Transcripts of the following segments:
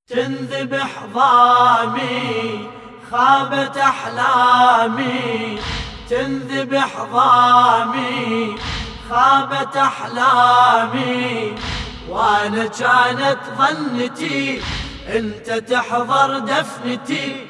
تنذبح ضامي خابت أحلامي، تنذبح ضامي خابت أحلامي، وأنا كانت ظنتي أنت تحضر دفنتي.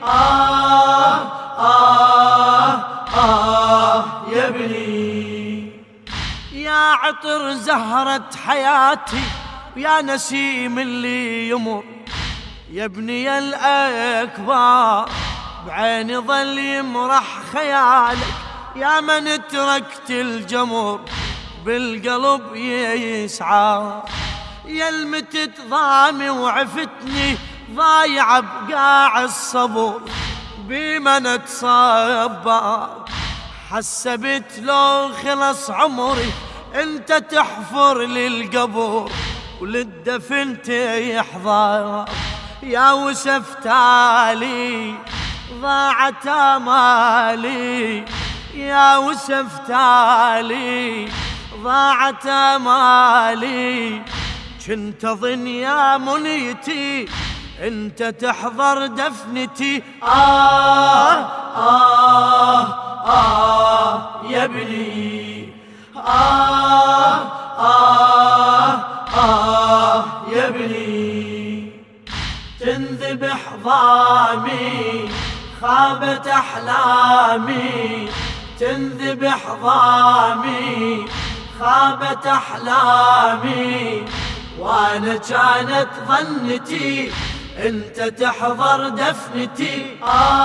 يا ابني يا عطر زهرة حياتي، يا نسيم اللي يمر، يا ابني الأكبر بعيني ظل يمرح خيالك، يا من تركت الجمر بالقلب يسعى، يا المتت ضامي وعفتني ضايع بقاع الصبر، بمن اتصبر حسبت لو خلص عمري انت تحفر للقبر وللدفن تحضر، يا وسفتالي ضاعت امالي، يا وسفتالي ضاعت امالي، كنت اظن يا منيتي انت تحضر دفنتي. يا ابني يا ابني تنذبح ضامي خابت أحلامي، تنذبح ضامي خابت أحلامي، وأنا كانت ظنتي أنت تحضر دفنتي.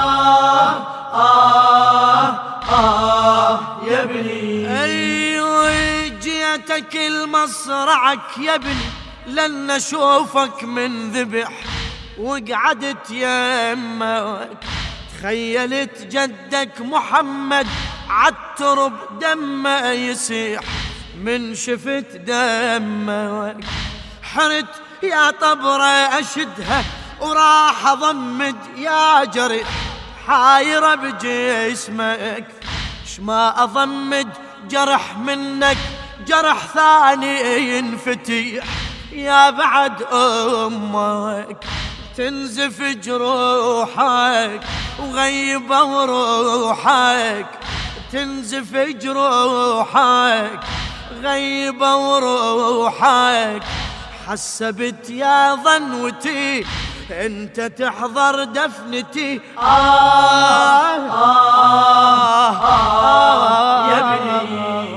يا ابني أيوة جيتك المصرعك يا ابني لن أشوفك من ذبح، وقعدت يمك تخيلت جدك محمد عالترب دمه يسيح، من شفت دمك حرت يا طبرة أشدها وراح أضمد يا جرح حايرة بجسمك، شما أضمد جرح منك جرح ثاني ينفتح، يا بعد أمك تنزف جروحك وغيبة وروحك، تنزف جروحك غيبة وروحك، حسبت يا ظنوتي انت تحضر دفنتي. يا ابني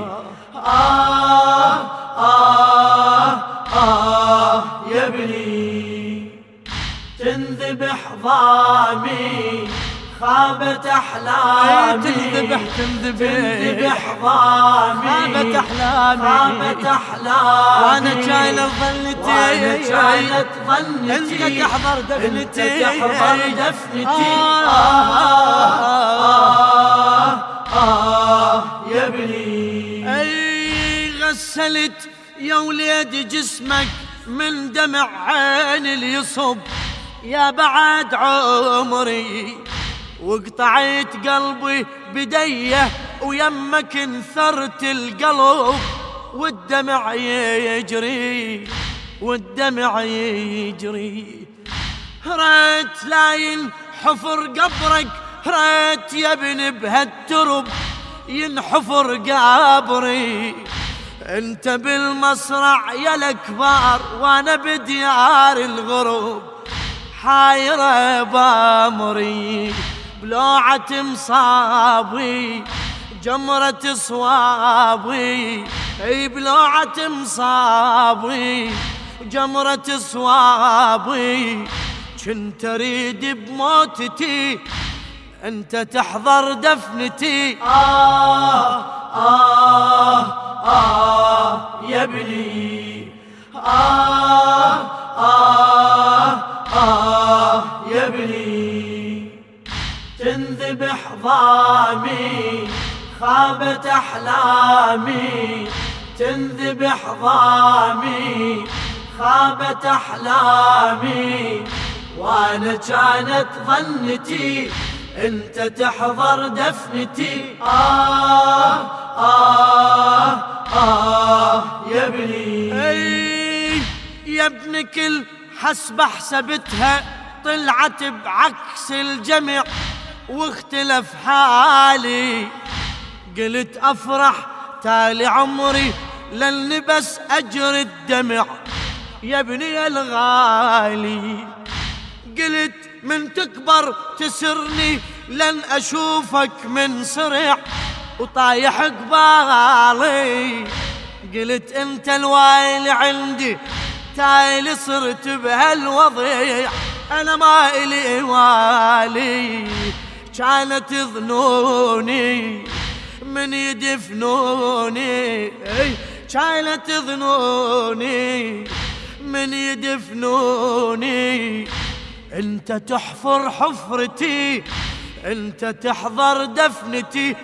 يا ابني تنذبح ضامي خابت أحلامي، تنذبح ضامي خابت أحلامي، وأنا كانت ظنتي أنت تحضر دفنتي، يا ابني أي غسلت يا وليد جسمك من دمع عين اليصب، يا بعد عمري وقطعت قلبي بديه ويمك انثرت القلب، والدمع يجري والدمع يجري، ريت لا ينحفر قبرك، ريت يا ابن بهالترب ينحفر قبري، انت بالمصرع يا الكبار وانا بديار الغروب حايرة بامري، بلوعة مصابي جمرة صوابي، اي بلوعة مصابي جمرة صوابي، كنت اريد بموتتي انت تحضر دفنتي. يا ابني يا ابني تنذبح ضامي خابت أحلامي، تنذبح ضامي خابت أحلامي، وأنا كانت ظنتي أنت تحضر دفنتي. يا ابني يا ابن كل حسب حسبتها طلعت بعكس الجمع واختلف حالي. قلت أفرح تالي عمري لأني بس أجري الدمع يا ابني الغالي. قلت من تكبر تسرني لن أشوفك من صرع وطايح قبالي. قلت انت الوايل عندي تايل صرت بهالوضيع انا ما إلي والي. كانت ظنوني من يدفنوني كانت ظنوني من يدفنوني. انت تحفر حفرتي انت تحضر دفنتي.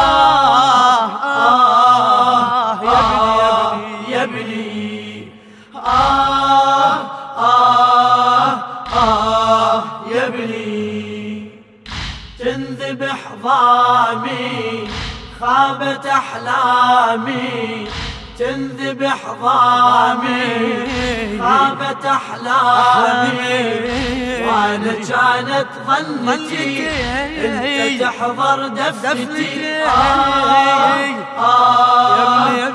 يا ابني يا ابني تنذبح ضامي خابت أحلامي. تنذبح ضامي خابت أحلامي وانا كانت ظنتي انت تحضر دفنتي. يا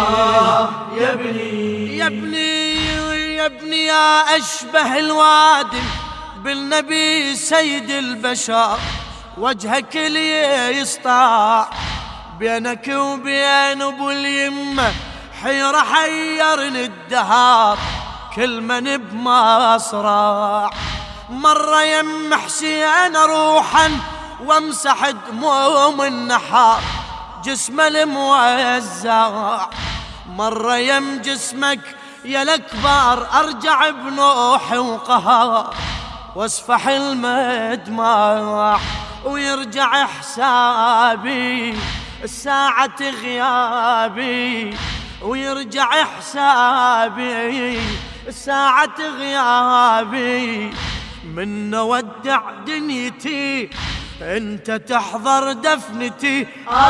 ابني يا ابني يا أشبه الوادم بالنبي سيد البشر. وجهك اللي يسطع بينك وبين ابو اليمه حيرة حيرني الدهار كل من بمصرع. مرة يم حسين روحا وامسح دموم النحار جسمه الموزع. مرة يم جسمك يا الأكبر أرجع بنوح وقهار واسفح المدمع ويرجع حسابي الساعة غيابي. ويرجع حسابي الساعة غيابي. من نودع دنيتي انت تحضر دفنتي.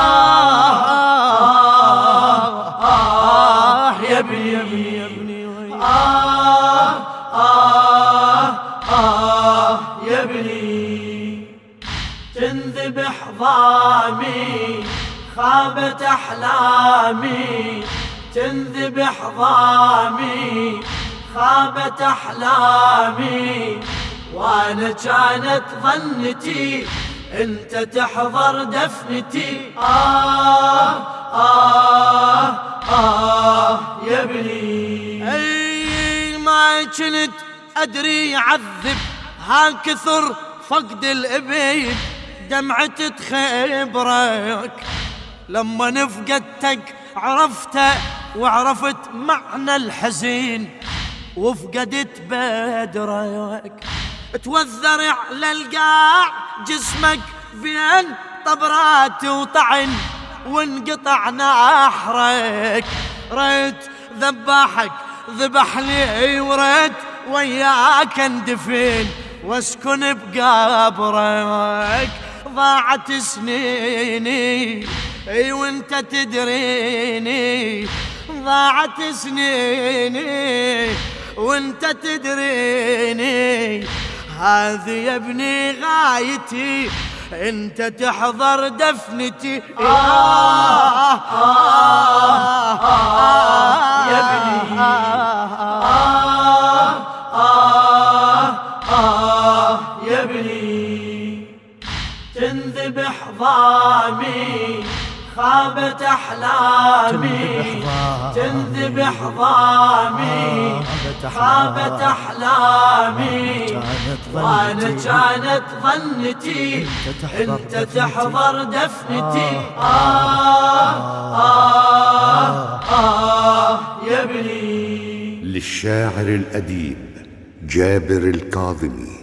يا ابني يا ابني تنذبح ضامي خابت أحلامي. تنذبح ضامي خابت أحلامي وانا كانت ظنتي انت تحضر دفنتي. يا ابني اي ما كنت ادري يعذب ها كثر فقد الابين دمعة تخبرك. لما نفقدتك عرفته وعرفت معنى الحزين وفقدت بدرك. توذر على القاع جسمك بين طبرات وطعن وانقطع نحرك. ريت ذباحك ذبح لي وريت وياك اندفن واسكن بقبرك. ضاعت سنيني اي وانت تدريني. ضاعت سنيني وانت تدريني. هذه يا ابني غايتي انت تحضر دفنتي. يا ابني يا ابني تنذبح ضامي خابت أحلامي. تنذبح ضامي خابت أحلامي وانا كانت ظنتي انت تحضر دفنتي. يا ابني. للشاعر الأديب جابر الكاظمي.